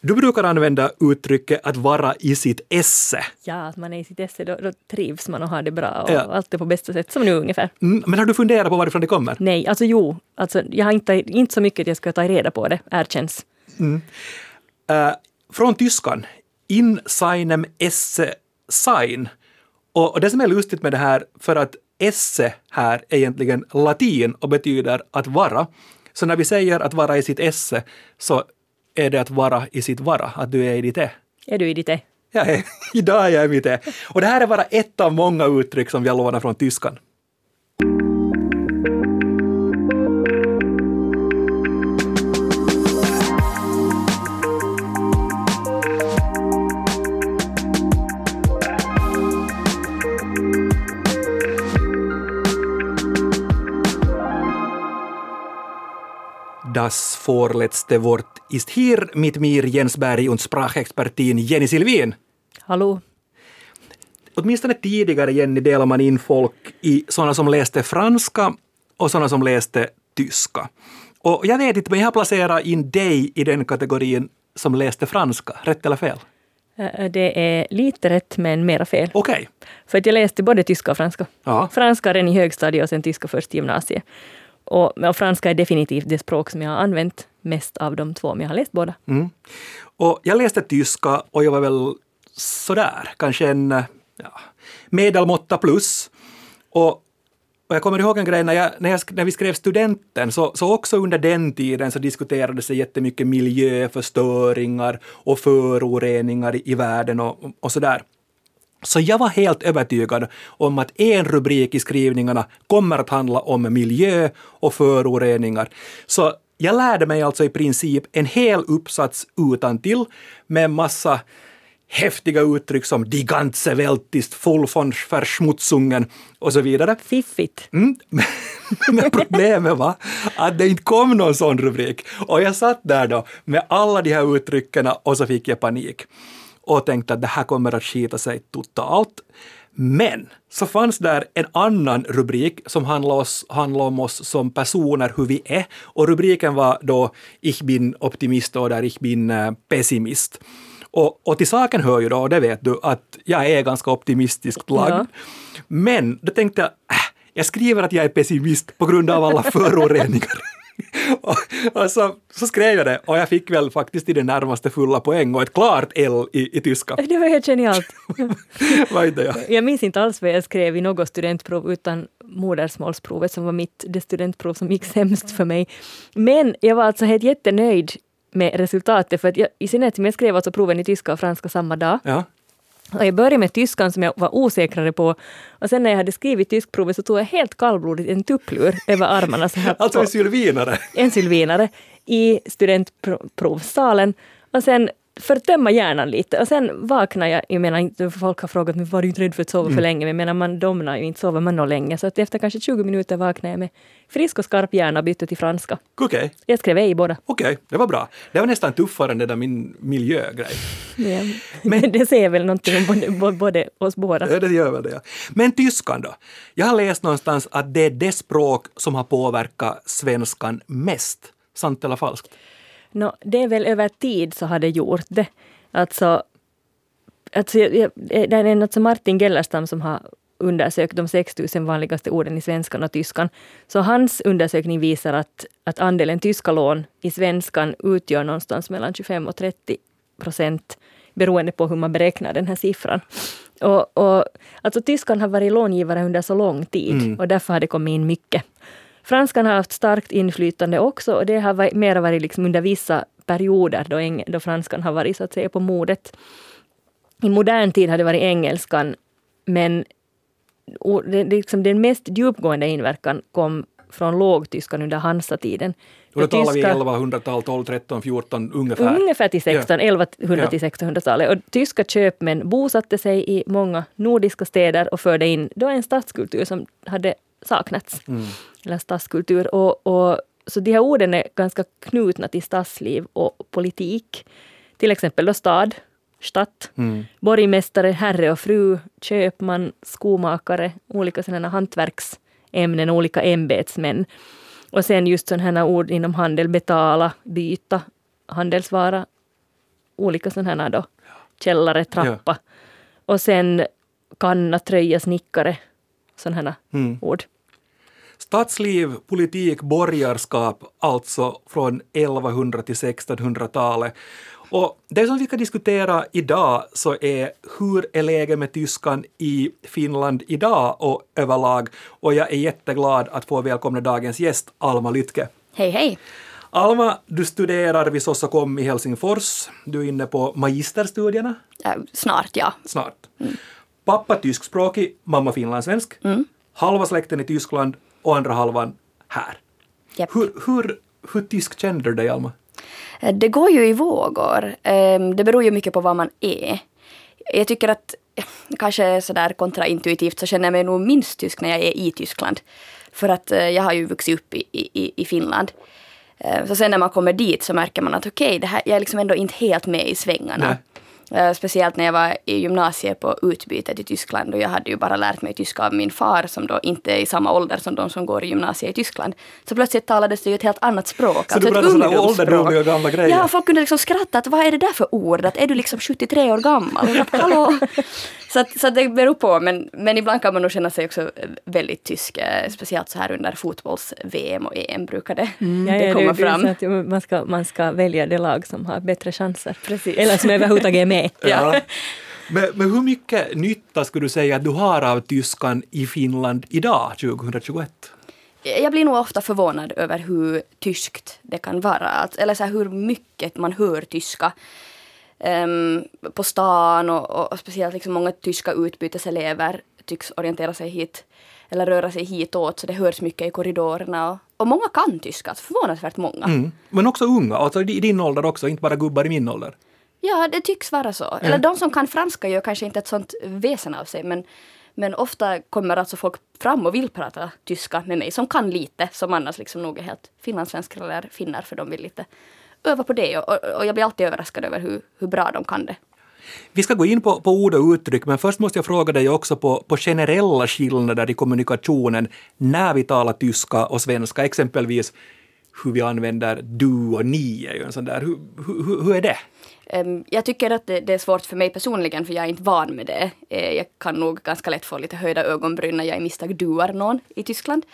Du brukar använda uttrycket att vara i sitt esse. Ja, att man är i sitt esse, då trivs man och har det bra och allt är på bästa sätt, som nu ungefär. Men har du funderat på varifrån det kommer? Nej, jag har inte så mycket att jag ska ta reda på det, erkänns. Från tyskan, in seinem esse sein. Och det som är lustigt med det här, för att esse här är egentligen latin och betyder att vara. Så när vi säger att vara i sitt esse så är det att vara i sitt vara, att du är i ditt Är du i ditt Ja, idag är jag i mitt Och det här är bara ett av många uttryck som vi har lånat från tyskan. Das vorletzte Wort ist hier mit mir Jens Berg und Sprachexpertin Jenny Silvin. Hallå. Åtminstone tidigare, Jenny, delar man in folk i sådana som läste franska och sådana som läste tyska. Och jag vet inte, men jag har placerat in dig i den kategorin som läste franska. Rätt eller fel? Det är lite rätt, men mera fel. Okej. För att jag läste både tyska och franska. Ja. Franska redan i högstadiet och sen tyska först i gymnasiet. Och franska är definitivt det språk som jag har använt mest av de två, men jag har läst båda. Och jag läste tyska och jag var väl sådär, kanske en medelmåtta plus. Och jag kommer ihåg en grej när vi skrev studenten, så också under den tiden så diskuterades det jättemycket miljöförstöringar och föroreningar i världen och sådär. Så jag var helt övertygad om att en rubrik i skrivningarna kommer att handla om miljö och föroreningar. Så jag lärde mig alltså i princip en hel uppsats utantill med en massa häftiga uttryck som die ganze Welt ist voll von Verschmutzungen och så vidare. Fiffigt. Men problemet var att det inte kom någon sån rubrik. Och jag satt där då med alla de här uttrycken och så fick jag panik. Och tänkte att det här kommer att skita sig totalt. Men så fanns där en annan rubrik som handlade om oss som personer, hur vi är. Och rubriken var då Ich bin optimist och där Ich bin pessimist. Och till saken hör ju då, och det vet du, att jag är ganska optimistiskt lagd. Ja. Men då tänkte jag skriver att jag är pessimist på grund av alla föroreningar. och så skrev jag det och jag fick väl faktiskt i det närmaste fulla poäng och ett klart L i tyska. Det var helt genialt. Vad är det? Jag minns inte alls vad jag skrev i något studentprov utan modersmålsprovet som var det studentprov som gick sämst för mig. Men jag var alltså helt jättenöjd med resultatet för att i synnerhet som jag skrev alltså proven i tyska och franska samma dag. Ja. Och jag började med tyskan som jag var osäkrare på. Och sen när jag hade skrivit tyskprovet så tog jag helt kallblodigt en tupplur över armarna. Så här alltså en sylvinare? En sylvinare i studentprovssalen. Och sen förtömma hjärnan lite. Och sen vaknade jag menar, folk har frågat mig, var du inte rädd för att sova för länge? Men menar, man domnar ju inte, sover man nog länge. Så att efter kanske 20 minuter vaknade jag med frisk och skarp hjärna och bytte till franska. Okej. Jag skrev i båda. Okej, det var bra. Det var nästan tuffare än det där min miljögrej. Ja. Men det säger väl någonting om både oss båda. Ja, det gör väl det, ja. Men tyskan då? Jag har läst någonstans att det är det språk som har påverkat svenskan mest. Sant eller falskt? Det är väl över tid så har det gjort det. Alltså det är en Martin Gellerstam som har undersökt de 6000 vanligaste orden i svenskan och tyskan. Så hans undersökning visar att andelen tyska lån i svenskan utgör någonstans mellan 25 och 30% beroende på hur man beräknar den här siffran. Och alltså tyskan har varit långivare under så lång tid och därför har det kommit in mycket. Franskan har haft starkt inflytande också och det har mer varit liksom under vissa perioder då franskan har varit så att säga på modet. I modern tid har det varit engelskan, men liksom den mest djupgående inverkan kom från lågtyskan under Hansa-tiden. Och då talar vi 1100-tal, 12, 13, 14 ungefär. Ungefär till 1100 till 1600-talet. Och tyska köpmän bosatte sig i många nordiska städer och förde in då en stadskultur som hade saknats. Eller stadskultur. Och så de här orden är ganska knutna till stadsliv och politik. Till exempel då stad, stadt, borgmästare, herre och fru, köpman, skomakare, olika sådana hantverksämnen, olika ämbetsmän. Och sen just sådana här ord inom handel, betala, byta, handelsvara, olika sådana här då, källare, trappa. Och sen kanna, tröja, snickare, sådana här ord. Stadsliv, politik, borgarskap, alltså från 1100 till 1600-talet. Och det som vi ska diskutera idag så är hur är läget med tyskan i Finland idag och överlag. Och jag är jätteglad att få välkomna dagens gäst, Alma Lytke. Hej, hej. Alma, du studerar vid Sossakom i Helsingfors. Du är inne på magisterstudierna. Snart, ja. Snart. Pappa tyskspråkig, mamma finlandssvensk. Halva släkten i Tyskland och andra halvan här. Yep. Hur tysk känner du dig, Alma? Det går ju i vågor. Det beror ju mycket på vad man är. Jag tycker att kanske sådär kontraintuitivt så känner jag mig nog minst tysk när jag är i Tyskland. För att jag har ju vuxit upp i Finland. Så sen när man kommer dit så märker man att okej, jag är liksom ändå inte helt med i svängarna. Nej. Speciellt när jag var i gymnasiet på utbyte till Tyskland och jag hade ju bara lärt mig tyska av min far som då inte är i samma ålder som de som går i gymnasiet i Tyskland. Så plötsligt talades det ju ett helt annat språk. Så du pratar sådana ålderdomliga gamla grejer? Ja, folk kunde liksom skratta att vad är det där för ord? Att är du liksom 73 år gammal? Att, hallå? Så det beror på, men ibland kan man nog känna sig också väldigt tysk. Speciellt så här under fotbolls-VM och EM brukar det komma fram. Att man ska välja det lag som har bättre chanser. Precis. Eller som överhuvudtaget är med. Ja. Men hur mycket nytta skulle du säga att du har av tyskan i Finland idag, 2021? Jag blir nog ofta förvånad över hur tyskt det kan vara. Eller så här, hur mycket man hör tyska på stan och speciellt liksom många tyska utbyteselever tycks orientera sig hit eller röra sig hitåt, så det hörs mycket i korridorerna och många kan tyska, förvånansvärt många. Men också unga, alltså i din ålder också, inte bara gubbar i min ålder. Ja, det tycks vara så. Eller de som kan franska gör kanske inte ett sånt väsen av sig, men ofta kommer alltså folk fram och vill prata tyska med mig som kan lite, som annars liksom nog är helt finlandssvenskar eller finnar, för de vill lite öva på det och jag blir alltid överraskad över hur bra de kan det. Vi ska gå in på ord och uttryck, men först måste jag fråga dig också på generella skillnader i kommunikationen när vi talar tyska och svenska, exempelvis hur vi använder du och ni är ju en sån där. Hur är det? Jag tycker att det är svårt för mig personligen, för jag är inte van med det. Jag kan nog ganska lätt få lite höjda ögonbryn när jag i misstag duar någon i Tyskland.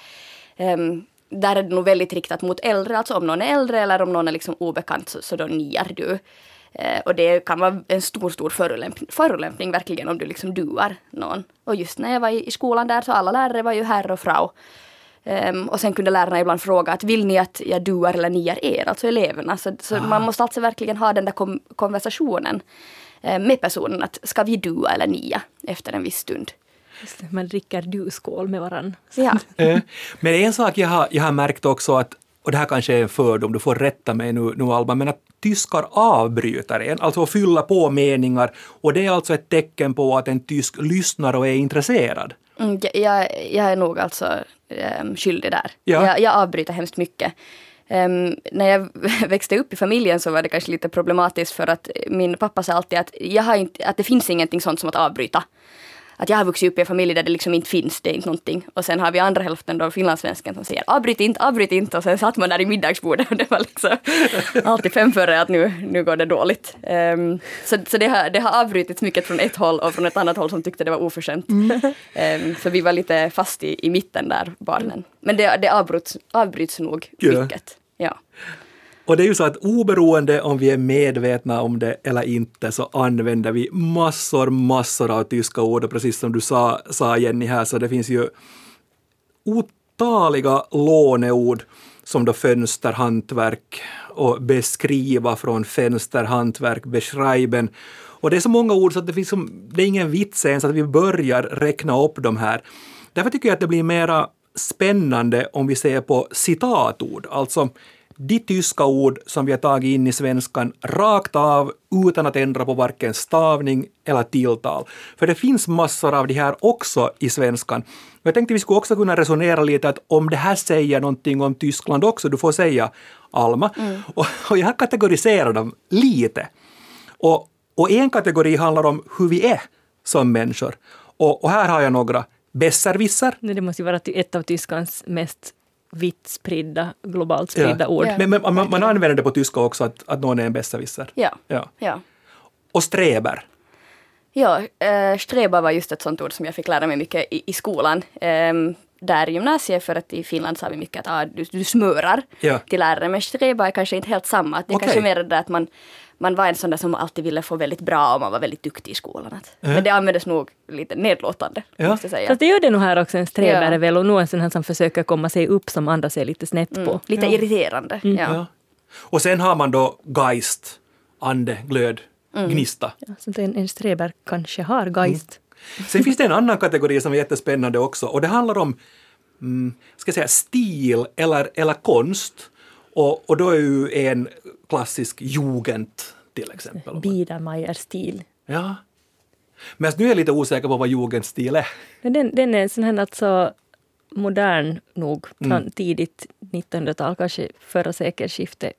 Där är det nog väldigt riktat mot äldre, alltså om någon är äldre eller om någon är liksom obekant så då niar du. Och det kan vara en stor förolämpning verkligen om du liksom duar någon. Och just när jag var i skolan där så alla lärare var ju herr och frau. Och sen kunde lärarna ibland fråga att vill ni att jag duar eller niar er, alltså eleverna. Så man måste alltså verkligen ha den där konversationen med personen att ska vi dua eller nia efter en viss stund. Man dricker du-skål med varann. Ja. Men en sak jag har märkt också att, och det här kanske är en fördom, du får rätta mig nu Alba, men att tyskar avbryter en, alltså fylla på meningar, och det är alltså ett tecken på att en tysk lyssnar och är intresserad. Jag är nog alltså skyldig där. Ja. Jag avbryter hemskt mycket. När jag växte upp i familjen så var det kanske lite problematiskt, för att min pappa sa alltid att det finns ingenting sånt som att avbryta. Att jag har vuxit upp i en familj där det liksom inte finns, det är inte någonting. Och sen har vi andra hälften då, finlandssvensken, som säger avbryt inte. Och sen satt man där i middagsbordet och det var liksom alltid 5 före att nu går det dåligt. Så det har avbrutits mycket från ett håll och från ett annat håll som tyckte det var oförskämt. Så vi var lite fast i mitten där, barnen. Men det avbryts nog mycket. Ja. Och det är ju så att oberoende om vi är medvetna om det eller inte så använder vi massor av tyska ord. Och precis som du sa Jenny här, så det finns ju otaliga låneord som då fönsterhantverk och beskriva från fönsterhantverk, beschreiben. Och det är så många ord så att det är ingen vits ens att vi börjar räkna upp de här. Därför tycker jag att det blir mera spännande om vi ser på citatord, alltså de tyska ord som vi har tagit in i svenskan rakt av utan att ändra på varken stavning eller tilltal. För det finns massor av det här också i svenskan. Jag tänkte vi skulle också kunna resonera lite att om det här säger någonting om Tyskland också, du får säga Alma. Och jag har kategoriserat dem lite. Och en kategori handlar om hur vi är som människor. Och här har jag några. Besserwisser. Det måste ju vara ett av tyskans mest vitt globalt spridda ord. Men man använder det på tyska också att någon är en besserwisser. Ja. Och sträber. Ja, streba var just ett sånt ord som jag fick lära mig mycket i skolan. Där i gymnasiet, för att i Finland sa vi mycket att du smörar till lärare. Men streba är kanske inte helt samma. Att det är kanske mer det där att man var en sån där som alltid ville få väldigt bra och man var väldigt duktig i skolan. Men det användes nog lite nedlåtande, måste jag säga. Fast det gör det nog här också, en sträbare väl, och nog en sån här som försöker komma sig upp som andra ser lite snett på. Lite irriterande. Ja. Och sen har man då geist, ande, glöd, gnista. Ja, så en sträbare kanske har geist. Sen finns det en annan kategori som är jättespännande också, och det handlar om ska jag säga, stil eller konst. Och då är ju en klassisk jugend till exempel. Biedermeier-stil. Ja. Men nu är jag lite osäker på vad jugendstil är. Den är sån här alltså modern nog, tidigt 1900-tal, kanske förra sekelskiftet.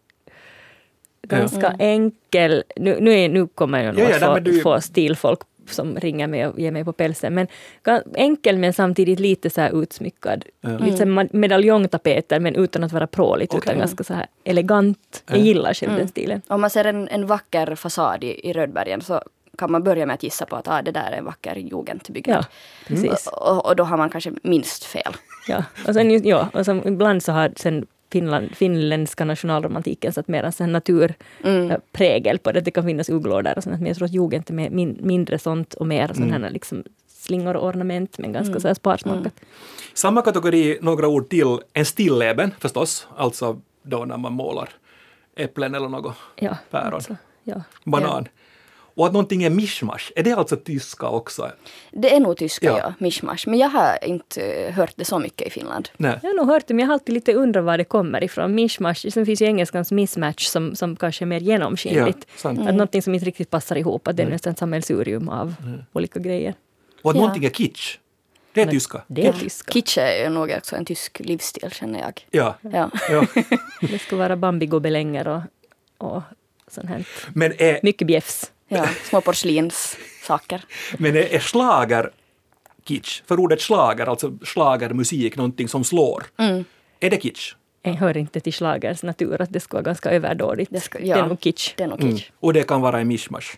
Ganska enkel. Nu kommer jag nog att få stilfolk som ringer mig och ger mig på pälsen. Men enkel men samtidigt lite så här utsmyckad. Lite så medaljongtapeter men utan att vara pråligt. Utan ganska så här elegant. Jag gillar själv den stilen. Om man ser en vacker fasad i Rödbergen så kan man börja med att gissa på att det där är en vacker jugendbyggnad. Ja, precis. Och då har man kanske minst fel. Ja, och sen ibland så har sen finländska nationalromantiken satt mer en naturprägel på det. Det kan finnas ugglor där och sånt. Men jag tror att jugend är mindre sånt och mer sån här liksom slingor och ornament, men ganska så här sparsmakat. Samma kategori, några ord till, en stilleben förstås, alltså då när man målar äpplen eller något, päron, alltså, banan. Och att någonting är mishmash, är det alltså tyska också? Det är nog tyska, mishmash. Men jag har inte hört det så mycket i Finland. Nej. Jag har nog hört det, men jag har alltid lite undrat var det kommer ifrån. Mishmash, sen finns ju engelskans mismatch som kanske är mer genomskinligt. Att någonting som inte riktigt passar ihop, att det är nästan ett sammelsurium av olika grejer. Och att någonting är kitsch, det är tyska. Det är tyska. Kitsch är ju nog också en tysk livsstil, känner jag. Ja. Det ska vara bambigobelänger och sånt här. Men mycket bjäfs. Ja, små porslinssaker. Men är schlager kitsch? För ordet schlager, alltså schlagermusik, någonting som slår. Är det kitsch? Jag hör inte till schlagers natur att det ska vara ganska överdådigt. Det är nog kitsch. Det är nog kitsch. Och det kan vara en mishmash.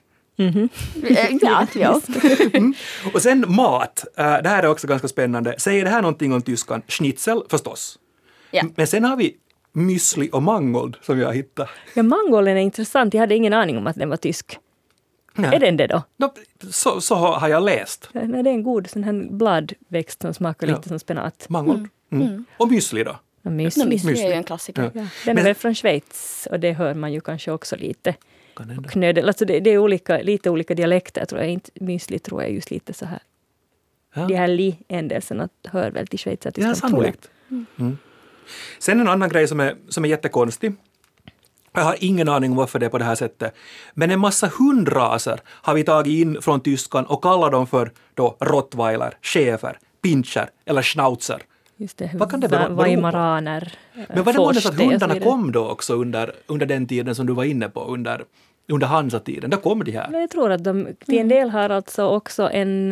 Ja. Och sen mat. Det här är också ganska spännande. Säger det här någonting om tyskan? Schnitzel förstås. Ja. Men sen har vi müsli och mangold som jag hittat. Ja, mangolden är intressant. Jag hade ingen aning om att den var tysk. Nej. Är den det då? Så har jag läst. Nej, det är en god sån här bladväxt som smakar lite som spenat. Mangold. Och müsli då? Ja, müsli är ju en klassiker. Ja. Den är väl från Schweiz och det hör man ju kanske också lite. Knödel. Alltså det är lite olika dialekter tror jag. Inte müsli tror jag just lite så här. Ja. De här li-ändelserna hör väl till Schweiz. Ja, sannolikt. Sen en annan grej som är jättekonstig. Jag har ingen aning om varför det är på det här sättet. Men en massa hundraser har vi tagit in från tyskan och kallar dem för då rottweiler, schäfer, pinscher eller schnauzer. Just det, vad kan det bero på? Weimaraner, men var det månne så att hundarna kom då också under den tiden som du var inne på, under Hansa-tiden? Då kom de här. Jag tror att de till en del har alltså också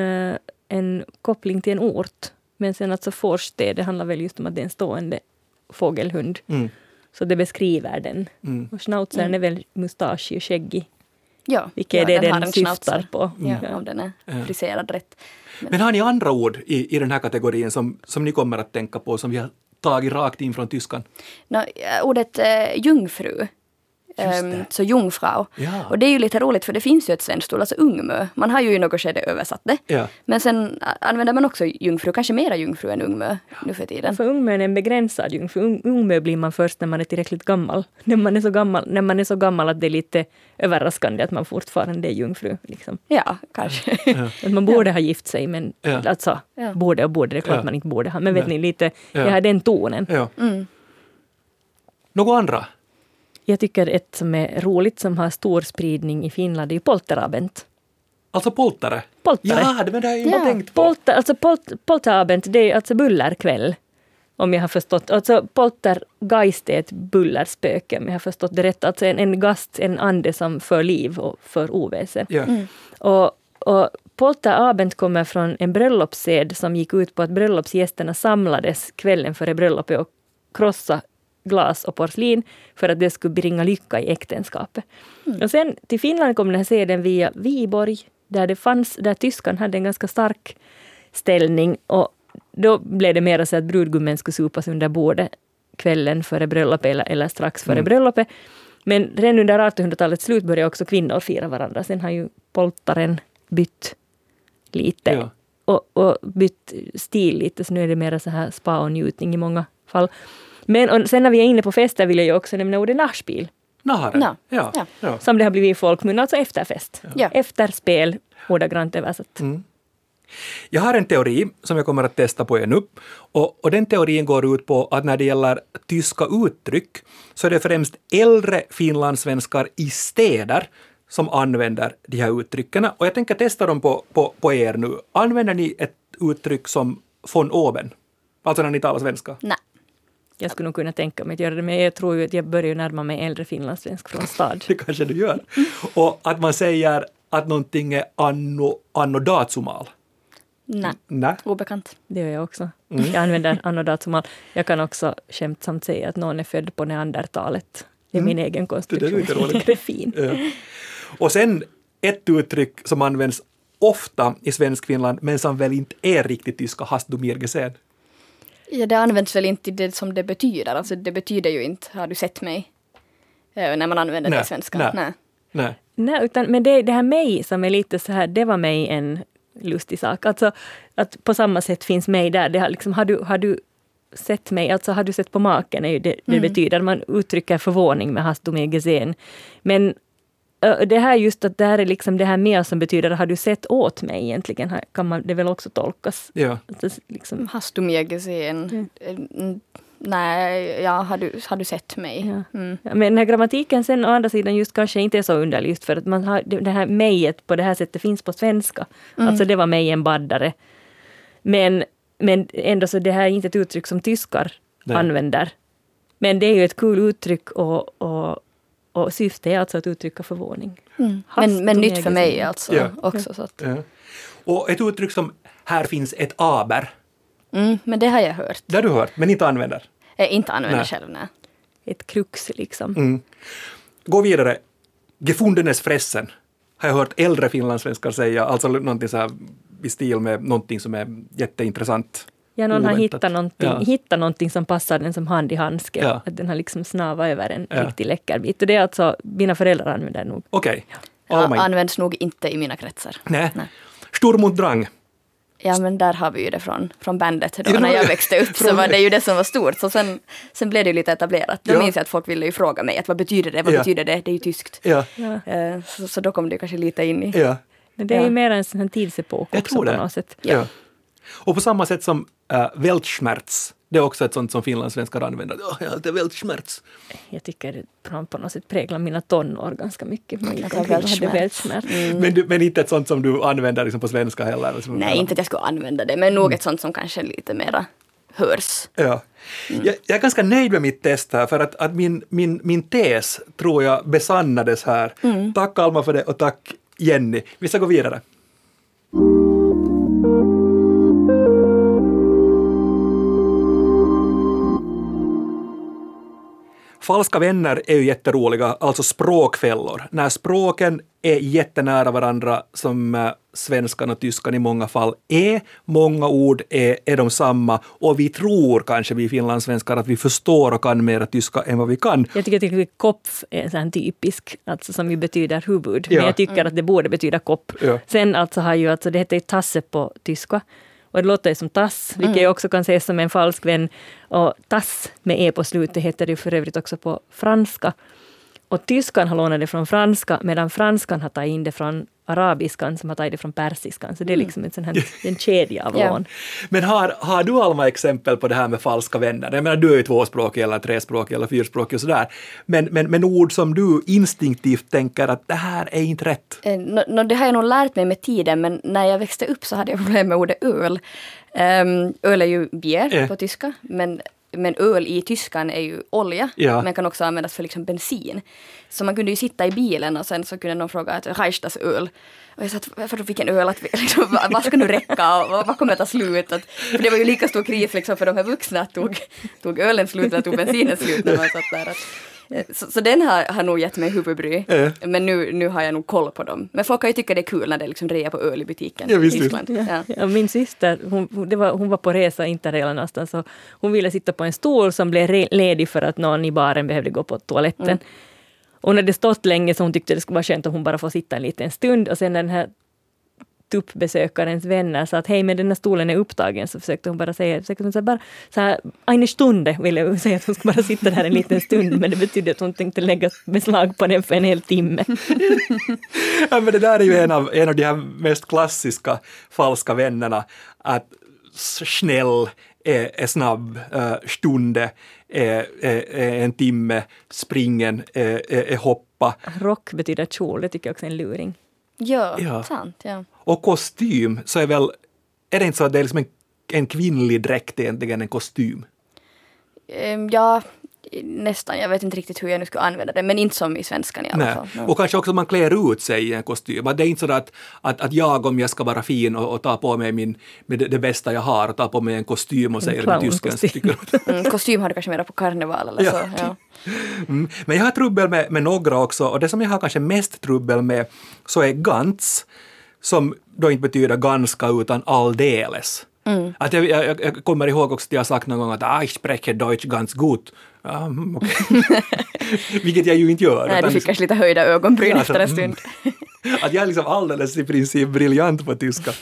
en koppling till en ort. Men sen alltså Forste, det handlar väl just om att det är en stående fågelhund. Så det beskriver den. Och schnauzern är väl mustaschig och skäggig. Ja, vilket är det den syftar på. Ja, om den är friserad rätt. Men har ni andra ord i den här kategorin som ni kommer att tänka på som vi har tagit rakt in från tyskan? Ordet jungfru. Så jungfrau. Ja. Och det är ju lite roligt för det finns ju ett svenskt ord, alltså ungmö. Man har ju i något skede översatt det. Ja. Men sen använder man också jungfru, kanske mera jungfru än ungmö nu för tiden. För ungmö är en begränsad jungfru. Ungmö blir man först när man är tillräckligt gammal. När man är så gammal att det är lite överraskande att man fortfarande är jungfru. Liksom. Ja, kanske. Att man borde ha gift sig, men alltså, borde, det är klart man inte borde ha. Men vet ni, lite, jag har den tonen. Ja. Något andra? Jag tycker ett som är roligt som har stor spridning i Finland är ju polterabend. Alltså poltare? Poltare. Ja, men det har jag inte tänkt på. Polterabend, det är alltså bullerkväll. Om jag har förstått. Alltså poltergeist är ett bullerspöke, om jag har förstått det rätt. Alltså en gast, en ande som för liv och för oväsen. Ja. Och polterabend kommer från en bröllopssed som gick ut på att bröllopsgästerna samlades kvällen före bröllopet och krossa glas och porslin för att det skulle bringa lycka i äktenskapet. Och sen till Finland kom den här seden via Viborg där tyskan hade en ganska stark ställning, och då blev det mer så att brudgummen skulle supas under bordet kvällen före bröllopet eller strax före bröllopet. Men redan under 1800-talets slut började också kvinnor fira varandra. Sen har ju poltaren bytt lite och bytt stil lite, så nu är det mer så här spa och njutning i många fall. Men och sen när vi är inne på fester vill jag ju också nämna ordet nachspiel. Ja. Som det har blivit i folkmun, alltså efterfest. Efterspel, ordagrant översatt. Jag har en teori som jag kommer att testa på er nu. Och den teorin går ut på att när det gäller tyska uttryck så är det främst äldre finlandssvenskar i städer som använder de här uttrycken. Och jag tänker testa dem på er nu. Använder ni ett uttryck som von oben? Alltså när ni talar svenska? Nej. Jag skulle nog kunna tänka mig att göra det, men jag tror ju att jag börjar närma mig äldre finlandssvensk från stad. Det kanske du gör. Och att man säger att någonting är anno datsumal. Nej, obekant. Det gör jag också. Jag använder anno datsumal. Jag kan också skämtsamt säga att någon är född på neandertalet. Det är min egen konstruktion. Det är lite roligt. Det är fint. Ja. Och sen ett uttryck som används ofta i svensk Finland, men som väl inte är riktigt tyska, hast du mir gesehen? Ja, det används väl inte det som det betyder. Alltså det betyder ju inte, har du sett mig? När man använder det i svenska. Nej, men det här mig som är lite så här, det var mig en lustig sak. Alltså att på samma sätt finns mig där. Det har, liksom, har du sett mig, alltså har du sett på maken, är ju det betyder. Man uttrycker förvåning med hast du mir gesehen. Men det här just att det här är liksom det här med som betyder har du sett åt mig egentligen, kan man det väl också tolkas. Ja. Liksom, hast du mir gesehen? Nej, ja, har du sett mig? Ja. Ja, men den här grammatiken sen å andra sidan just kanske inte är så underlig, just för att man har det här mejet på det här sättet finns på svenska. Alltså det var mig en baddare. Men ändå så det här är inte ett uttryck som tyskar använder. Men det är ju ett kul uttryck och syftet är alltså att uttrycka förvåning. Men nytt för mig alltså också. Så att. Ja. Och ett uttryck som här finns ett aber. Men det har jag hört. Det har du hört, men inte använder? Inte använder själv, nej. Ett krux liksom. Gå vidare. Gefundenes fressen har jag hört äldre finlandssvenskar säga, alltså någonting så här i stil med någonting som är jätteintressant. Ja, någon har hittat någonting som passar den som hand i handske. Ja. Att den har liksom snavat över en riktigt läcker bit. Och det är alltså, mina föräldrar använder nog. Okej. Används nog inte i mina kretsar. Nej. Sturm und Drang. Ja, men där har vi ju det från bandet då, när jag växte upp. Så var det ju det som var stort. Så sen blev det ju lite etablerat. Då minns jag att folk ville ju fråga mig att vad betyder det? Vad betyder det? Det är ju tyskt. Ja. Så då kom det kanske lite in i... Ja. Men det är ju mer en sån här tidsepok också på något sätt. Ja. Och på samma sätt som Weltschmerz, det är också ett sånt som finlandssvenskar använder. Jag har lite Weltschmerz. Jag tycker det på något sätt präglar mina tonår ganska mycket. Weltschmerz. Men inte ett sånt som du använder liksom på svenska heller? Nej, inte att jag skulle använda det, men nog ett sånt som kanske lite mera hörs. Ja. Jag är ganska nöjd med mitt test här, för att min tes tror jag besannades här. Tack Alma för det och tack Jenny. Vi ska gå vidare. Falska vänner är ju jätteroliga, alltså språkfällor. När språken är jättenära varandra, som svenskan och tyskan i många fall är. Många ord är de samma och vi tror kanske, vi finlandssvenskar, att vi förstår och kan mer tyska än vad vi kan. Jag tycker att kopf är en sån typisk, alltså som ju betyder huvud. Men jag tycker att det borde betyda kopp. Ja. Sen alltså har ju, alltså det heter ju tasse på tyska. Och det låter ju som tass, vilket jag också kan säga som en falsk vän. Och tass med e på slutet heter det för övrigt också på franska. Och tyskan har lånat det från franska, medan franskan har tagit in det från arabiskan som har tagit det från persiskan. Så det är liksom en kedja av lån. Men har du Alma exempel på det här med falska vänner? Jag menar, du är ju tvåspråkig eller trespråkig eller fyrspråkig och sådär. Men ord som du instinktivt tänker att det här är inte rätt. Det har jag nog lärt mig med tiden, men när jag växte upp så hade jag problem med ordet öl. Öl är ju bier på tyska, men Men öl i Tyskland är ju olja, men kan också användas för liksom bensin. Så man kunde ju sitta i bilen och sen så kunde någon fråga att reicht das öl? Och jag sa att varför fick en öl? Att, liksom, vad ska nu räcka? Och vad kommer att ta slut? För det var ju lika stor kris liksom, för de här vuxna att tog ölen slut eller tog bensinen slut när man satt där. Så den har nog gett mig huvudbry. Men nu har jag nog koll på dem. Men folk kan ju tycka det är kul när det liksom rea på öl i butiken i Tyskland. Ja, min syster, hon var på resa inte redan någonstans. Så hon ville sitta på en stol som blev ledig för att någon i baren behövde gå på toaletten. Och när det stått länge så hon tyckte det skulle vara skönt om hon bara får sitta en liten stund. Och sen när den här tuppbesökarens vänner sa att hej, men den här stolen är upptagen, så försökte hon bara säga bara så här, eine Stunde ville hon säga att hon skulle bara sitta där en liten stund, men det betydde att hon tänkte lägga beslag på den för en hel timme. Ja, men det där är ju en av de här mest klassiska falska vännerna, att snäll är snabb, stunde är en timme, springen är hoppa. Rock betyder kjol, det tycker jag också är en luring. Ja, sant. Ja. Och kostym, så är det inte så att det är liksom en kvinnlig dräkt egentligen, en kostym? Ja, nästan. Jag vet inte riktigt hur jag nu ska använda det, men inte som i svenskan i alla fall. Ja. Och kanske också man klär ut sig i en kostym. Det är inte så att jag, om jag ska vara fin och ta på mig det bästa jag har, och ta på mig en kostym och säger det tysken. Kostym har du kanske mera på karneval eller så. Ja. Men jag har trubbel med några också, och det som jag har kanske mest trubbel med så är ganz, som då inte betyder ganska utan alldeles. Att jag kommer ihåg också att jag har sagt någon gång att ich spreche Deutsch ganz gut. Okay. Vilket jag ju inte gör. Nej, du fick kanske lite höjda ögonbryn efter en stund. Att jag är liksom alldeles i princip briljant på tyska.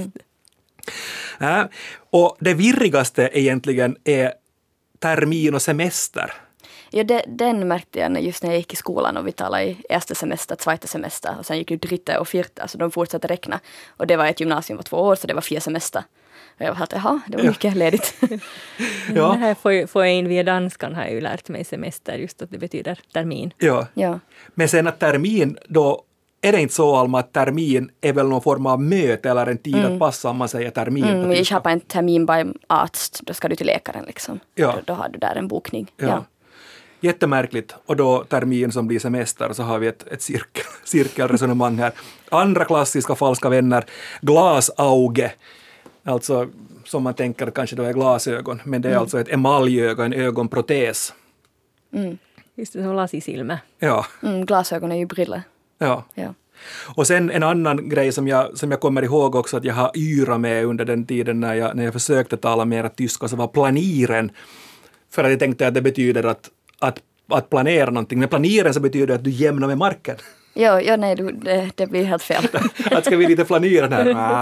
Och det virrigaste egentligen är termin och semester. Ja, den märkte jag just när jag gick i skolan och vi talade i första semester, zweite semester och sen gick ju dritte och fjärde, så de fortsatte räkna. Och det var ett gymnasium var 2 år, så det var 4 semester. Och jag var helt, det var mycket ledigt. Det här får jag in via danskan, har jag ju lärt mig semester, just att det betyder termin. Ja. Men sen att termin, då är det inte så Alma att termin är väl någon form av möte eller en tid att passa om man säger termin? Jag köper en termin by arzt, då ska du till läkaren liksom. Ja. Då har du där en bokning. Ja. Jättemärkligt. Och då termin som blir semester, så har vi ett cirkelresonemang här. Andra klassiska falska vänner, glasauge. Alltså som man tänker kanske då är glasögon, men det är alltså ett emaljöga, en ögonprotes. Just det, som lasisilmä. Ja. Glasögon är ju briller. Ja. Och sen en annan grej som jag kommer ihåg också att jag har yrat med under den tiden när jag försökte tala mer tyska, så var planiren. För att jag tänkte att det betyder att planera någonting. Men planiren så betyder att du jämnar med marken. Ja, nej, det blir helt fel. Att ska vi lite planera här?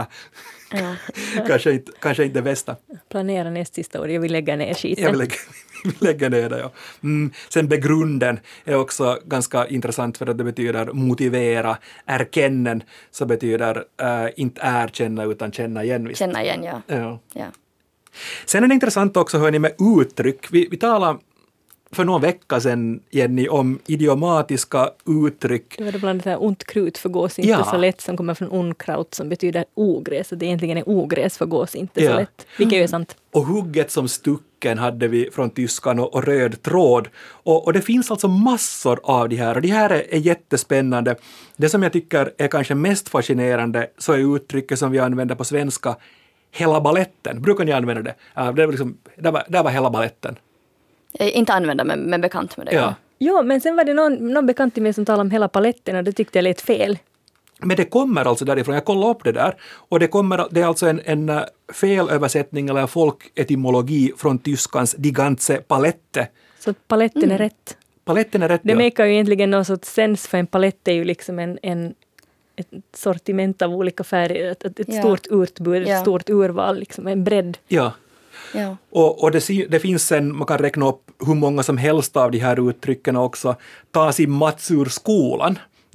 Kanske inte det bästa. Planera näst sista år, jag vill lägga ner skiten. Jag vill lägga ner det, ja. Sen begrunden är också ganska intressant, för att det betyder motivera. Erkennen så betyder inte erkänna utan känna igen. Visst? Känna igen, ja. Sen är det intressant också, hörni, med uttryck. Vi talade för någon vecka sedan, Jenny, om idiomatiska uttryck. Det var det bland annat ont krut förgås inte så lätt, som kommer från unkraut som betyder ogräs. Och det egentligen är ogräs förgås inte så lätt. Vilket är sant. Och hugget som stucken hade vi från tyskan, och röd tråd. Och det finns alltså massor av de här. Och de här är jättespännande. Det som jag tycker är kanske mest fascinerande, så är uttrycket som vi använder på svenska, hela balletten. Brukar ni använda det? Det var liksom, där var hela balletten. Inte använda, men bekant med det. Ja, men sen var det någon bekant till mig som talade om hela paletten, och det tyckte jag lät fel. Men det kommer alltså därifrån, jag kollade upp det där, och det är alltså en felöversättning eller folketymologi från tyskans die ganze Palette. Så paletten är rätt. Paletten är rätt, det mekar ju egentligen någon sorts sens, för en palett är ju liksom ett sortiment av olika färger, ett stort utbud, ett stort urval, liksom en bredd. Ja. Och det finns man kan räkna upp hur många som helst av de här uttrycken också. Ta sin mats ur skolan.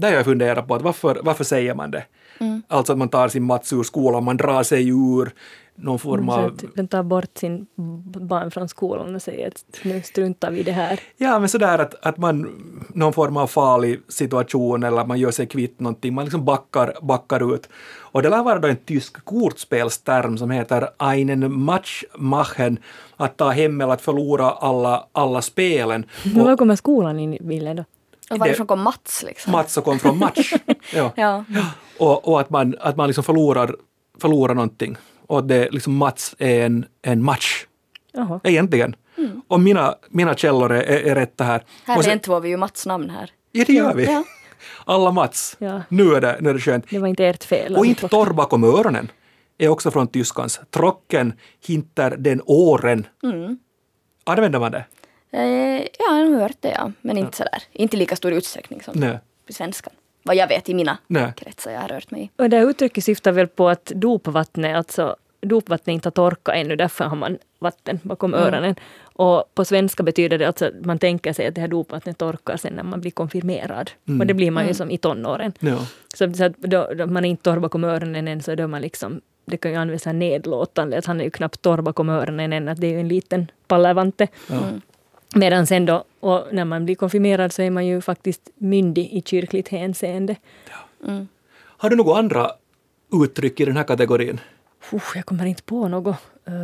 där har jag funderat på att varför säger man det? Alltså att man tar sin Mats ur skolan, man drar sig ur någon form av... Den tar bort sin barn från skolan och säger att nu struntar vi det här. Ja, men sådär att man någon form av farlig situation eller man gör sig kvitt någonting, man liksom backar ut. Och det lär vara då en tysk kortspelsterm som heter einen Matchmachen, att ta hem eller att förlora alla spelen. Men var kommer skolan in i bilden då? Och varifrån kom Mats liksom? Mats kom från match. Ja. Ja. Och att man liksom förlorar någonting. Och det liksom Mats är en match. Jaha. Egentligen. Och mina källor är rätta här. Här rentvår vi ju Mats namn här. Ja, det gör vi. Ja. Alla Mats. Ja. Nu är det skönt. Det var inte ert fel. Och inte torr bakom öronen är också från tyskans. Trocken hinter den åren. Använder man det? Ja, jag har hört det, ja. Men inte sådär. Inte lika stor utsträckning som på svenskan. Vad jag vet i mina kretsar jag har rört mig i. Och det här uttrycket syftar väl på att dopvattnet inte har torkat ännu, därför har man vatten bakom öronen. Och på svenska betyder det att man tänker sig att det här dopvattnet torkar sen när man blir konfirmerad. Och det blir man ju som i tonåren. Ja. Så att då man är inte torr bakom öronen än, så då man liksom, det kan ju användas här nedlåtande, att han är ju knappt torr bakom öronen än, att det är ju en liten pallervante. Medan sen då, och när man blir konfirmerad så är man ju faktiskt myndig i kyrkligt hänseende. Ja. Har du några andra uttryck i den här kategorin? Jag kommer inte på något.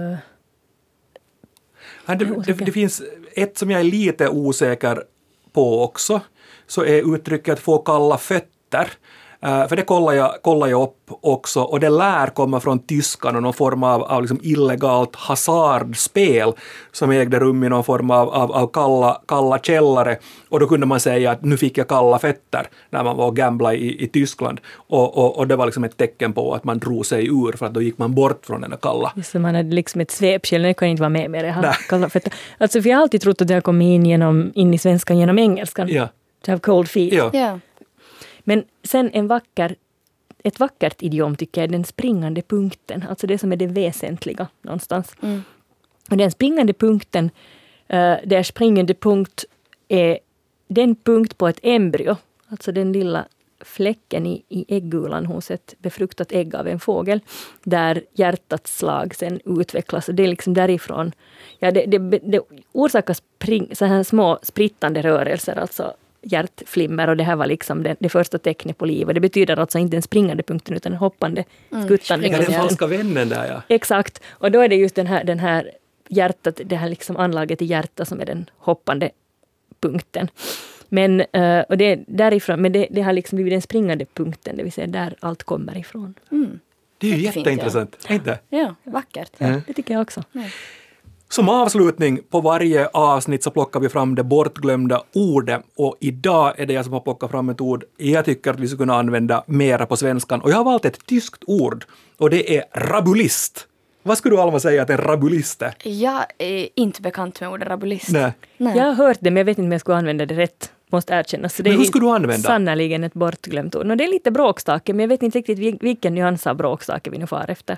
Det finns ett som jag är lite osäker på också. Så är uttrycket få kalla fötter. För det kollar jag upp också, och det lär komma från tyskan och någon form av liksom illegalt hasardspel som ägde rum i någon form av kalla källare, och då kunde man säga att nu fick jag kalla fötter när man var och gamblade i Tyskland, och det var liksom ett tecken på att man drog sig ur, för att då gick man bort från den där kalla. Just så man hade liksom ett svepskäl, nu kan jag inte vara med det här kalla fötter. Alltså för jag har alltid trott att jag kom in i svenskan genom engelskan. Ja. To have cold feet. Ja. Men sen ett vackert idiom tycker jag är den springande punkten. Alltså det som är det väsentliga någonstans. Och den springande punkten, der springande punkt är den punkt på ett embryo. Alltså den lilla fläcken i äggulan hos ett befruktat ägg av en fågel. Där hjärtats slag sen utvecklas. Och det är liksom därifrån. Ja, det orsakar så här små sprittande rörelser, alltså hjärtflimmer, och det här var liksom det första tecknet på liv. Och det betyder alltså inte den springande punkten utan den hoppande, skuttande. Ja, den falska vännen där, ja. Exakt. Och då är det just den här hjärtat, det här liksom anlaget i hjärtat som är den hoppande punkten. Men, och det därifrån, men det har liksom blivit den springande punkten, det vill säga där allt kommer ifrån. Det är ju jätteintressant, inte? Ja, vackert. Ja, det tycker jag också. Som avslutning på varje avsnitt så plockar vi fram det bortglömda ordet, och idag är det jag som har plockat fram ett ord jag tycker att vi ska kunna använda mera på svenskan, och jag har valt ett tyskt ord, och det är rabulist. Vad skulle du, Alma, säga att en rabulist är? Jag är inte bekant med ordet rabulist. Nej. Jag har hört det, men jag vet inte om jag skulle använda det rätt. Måste erkännas. Så det men hur skulle du använda? Sannoliken ett bortglömt ord. Det är lite bråkstake, men jag vet inte riktigt vilken nyans av bråkstake vi nu far efter.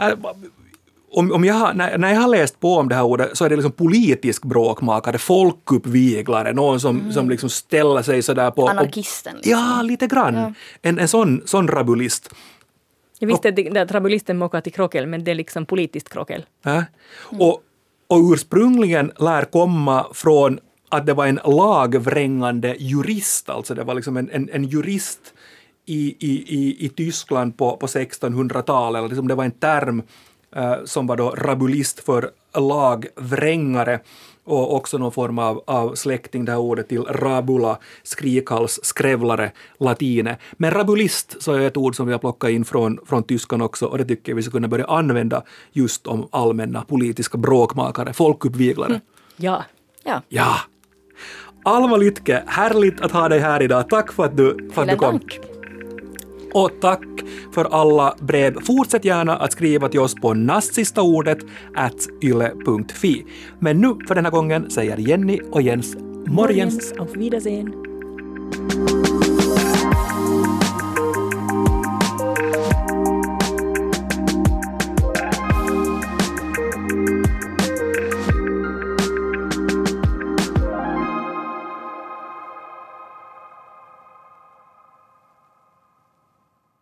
När jag har läst på om det här ordet så är det liksom politisk bråkmakare, folkuppviglare, någon som liksom ställer sig sådär på... Anarkisten. Liksom. Ja, lite grann. Ja. En sån rabulist. Jag visste att rabulisten mockar till krockel, men det är liksom politiskt krockel. Ja. Och ursprungligen lär komma från att det var en lagvrängande jurist, alltså det var liksom en jurist i Tyskland på 1600-talet, liksom det var en term som var då rabulist för lagvrängare, och också någon form av släkting, det här ordet till rabula, skrikhals, skrävlare, latine. Men rabulist så är ett ord som vi har plockat in från tyskan också, och det tycker vi ska kunna börja använda just om allmänna politiska bråkmakare, folkuppviglare. Ja. Alma Lytke, härligt att ha dig här idag. Tack för att du kom. Och tack för alla brev. Fortsätt gärna att skriva till oss på nastsistaordet@yle.fi. Men nu för den här gången säger Jenny och Jens morgens. Auf Wiedersehen.